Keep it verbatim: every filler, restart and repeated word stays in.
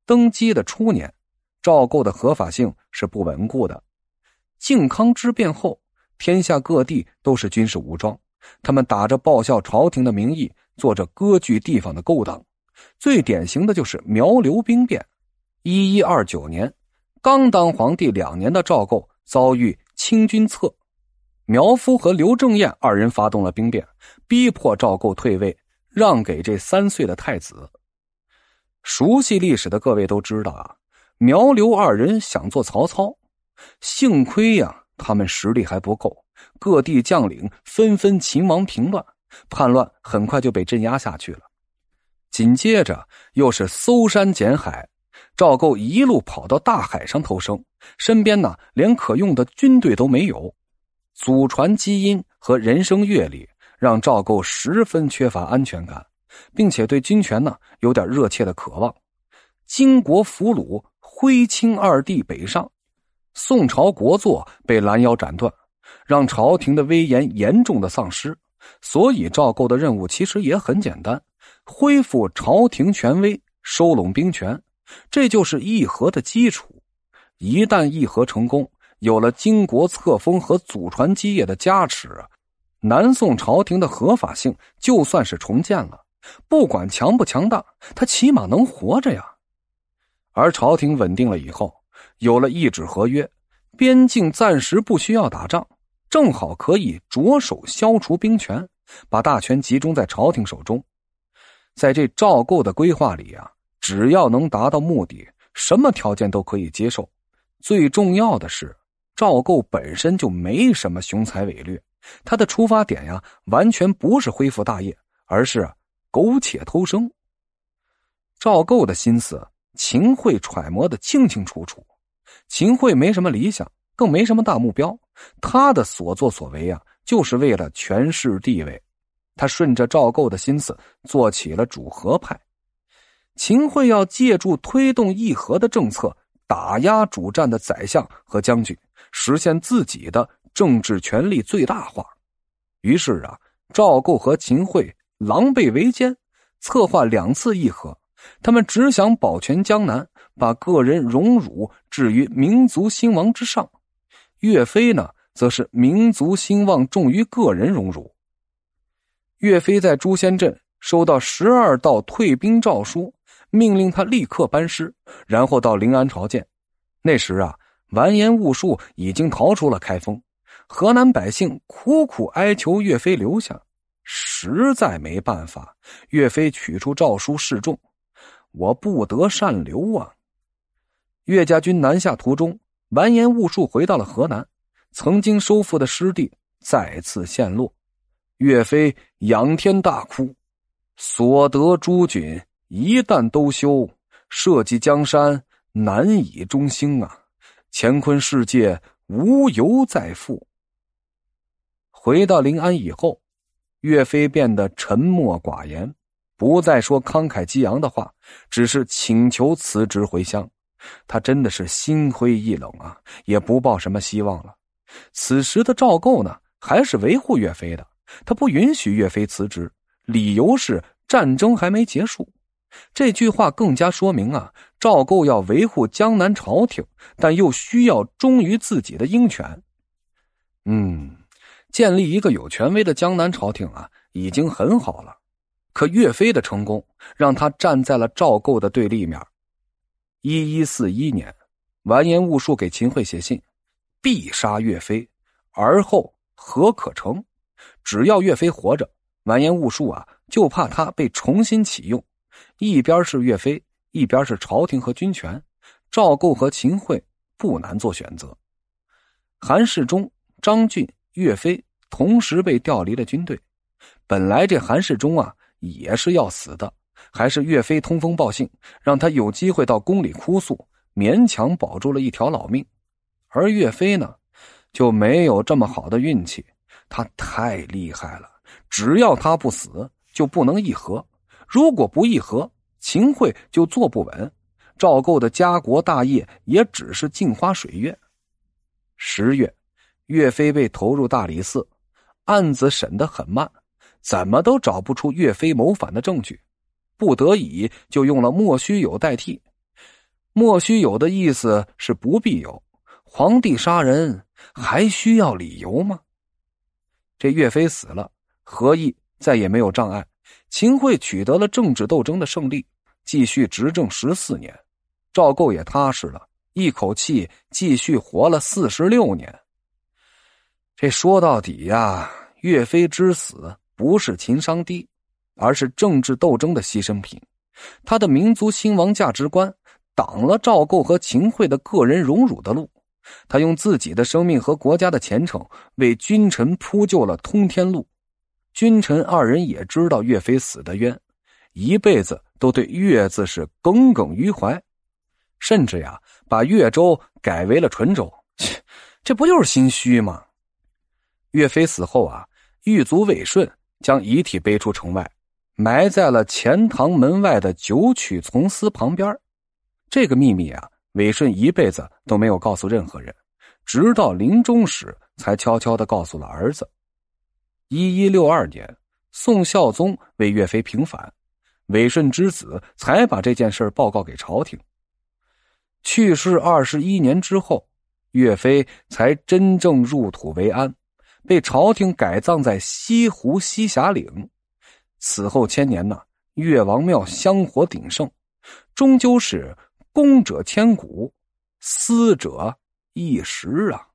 登基的初年，赵构的合法性是不稳固的。靖康之变后，天下各地都是军事武装，他们打着报效朝廷的名义，做着割据地方的勾当。最典型的就是苗刘兵变。一一二九年，刚当皇帝两年的赵构遭遇清君侧，苗夫和刘正彦二人发动了兵变，逼迫赵构退位，让给这三岁的太子。熟悉历史的各位都知道啊，苗刘二人想做曹操，幸亏呀、啊，他们实力还不够，各地将领纷纷秦王平乱，叛乱很快就被镇压下去了。紧接着又是搜山捡海，赵构一路跑到大海上偷生，身边呢连可用的军队都没有。祖传基因和人生阅历让赵构十分缺乏安全感，并且对军权呢有点热切的渴望。金国俘虏徽钦二帝北上，宋朝国祚被拦腰斩断，让朝廷的威严严重的丧失。所以赵构的任务其实也很简单，恢复朝廷权威，收拢兵权，这就是议和的基础。一旦议和成功，有了金国册封和祖传基业的加持，南宋朝廷的合法性就算是重建了，不管强不强大，他起码能活着呀。而朝廷稳定了以后，有了议旨合约，边境暂时不需要打仗，正好可以着手消除兵权，把大权集中在朝廷手中。在这赵构的规划里啊，只要能达到目的，什么条件都可以接受。最重要的是，赵构本身就没什么雄才伟略，他的出发点呀，完全不是恢复大业，而是苟且偷生。赵构的心思，秦桧揣摩得清清楚楚。秦桧没什么理想，更没什么大目标，他的所作所为啊，就是为了权势地位。他顺着赵构的心思做起了主和派。秦桧要借助推动议和的政策，打压主战的宰相和将军，实现自己的政治权力最大化。于是啊，赵构和秦桧狼狈为奸，策划两次议和。他们只想保全江南，把个人荣辱置于民族兴亡之上。岳飞呢，则是民族兴亡重于个人荣辱。岳飞在朱仙镇收到十二道退兵诏书，命令他立刻班师，然后到临安朝见。那时啊，完颜兀术已经逃出了开封，河南百姓苦苦哀求岳飞留下，实在没办法，岳飞取出诏书示众，我不得善留啊。岳家军南下途中，完颜兀术回到了河南，曾经收复的失地再次陷落。岳飞仰天大哭，所得诸军一旦都休，社稷江山难以中兴啊！乾坤世界无由再复。回到临安以后，岳飞变得沉默寡言，不再说慷慨激昂的话，只是请求辞职回乡。他真的是心灰意冷啊，也不抱什么希望了。此时的赵构呢，还是维护岳飞的，他不允许岳飞辞职，理由是战争还没结束。这句话更加说明啊，赵构要维护江南朝廷，但又需要忠于自己的鹰权。嗯，建立一个有权威的江南朝廷啊，已经很好了。可岳飞的成功，让他站在了赵构的对立面。一一四一年，完颜兀术给秦桧写信，必杀岳飞，而后和可成。只要岳飞活着，完颜兀术啊，就怕他被重新启用。一边是岳飞，一边是朝廷和军权，赵构和秦桧不难做选择。韩世忠、张俊、岳飞同时被调离了军队。本来这韩世忠啊也是要死的，还是岳飞通风报信，让他有机会到宫里哭诉，勉强保住了一条老命。而岳飞呢，就没有这么好的运气，他太厉害了，只要他不死，就不能议和。如果不议和，秦桧就坐不稳，赵构的家国大业也只是镜花水月。十月，岳飞被投入大理寺，案子审得很慢，怎么都找不出岳飞谋反的证据，不得已就用了莫须有代替。 莫须有的意思是不必有，皇帝杀人还需要理由吗？这岳飞死了，和议再也没有障碍，秦桧取得了政治斗争的胜利，继续执政十四年。赵构也踏实了，一口气继续活了四十六年。这说到底呀，岳飞之死不是情商低，而是政治斗争的牺牲品。他的民族兴亡价值观挡了赵构和秦桧的个人荣辱的路，他用自己的生命和国家的前程为君臣铺就了通天路。君臣二人也知道岳飞死的冤，一辈子都对岳字是耿耿于怀，甚至呀把岳州改为了淳州，这不就是心虚吗？岳飞死后啊，狱卒韦顺将遗体背出城外，埋在了钱塘门外的九曲从司旁边。这个秘密啊，韦顺一辈子都没有告诉任何人，直到临终时才悄悄地告诉了儿子。一一六二年，宋孝宗为岳飞平反，韦顺之子才把这件事报告给朝廷。去世二十一年之后，岳飞才真正入土为安，被朝廷改葬在西湖西峡岭。此后千年呢，岳王庙香火鼎盛，终究是功者千古，私者一时啊。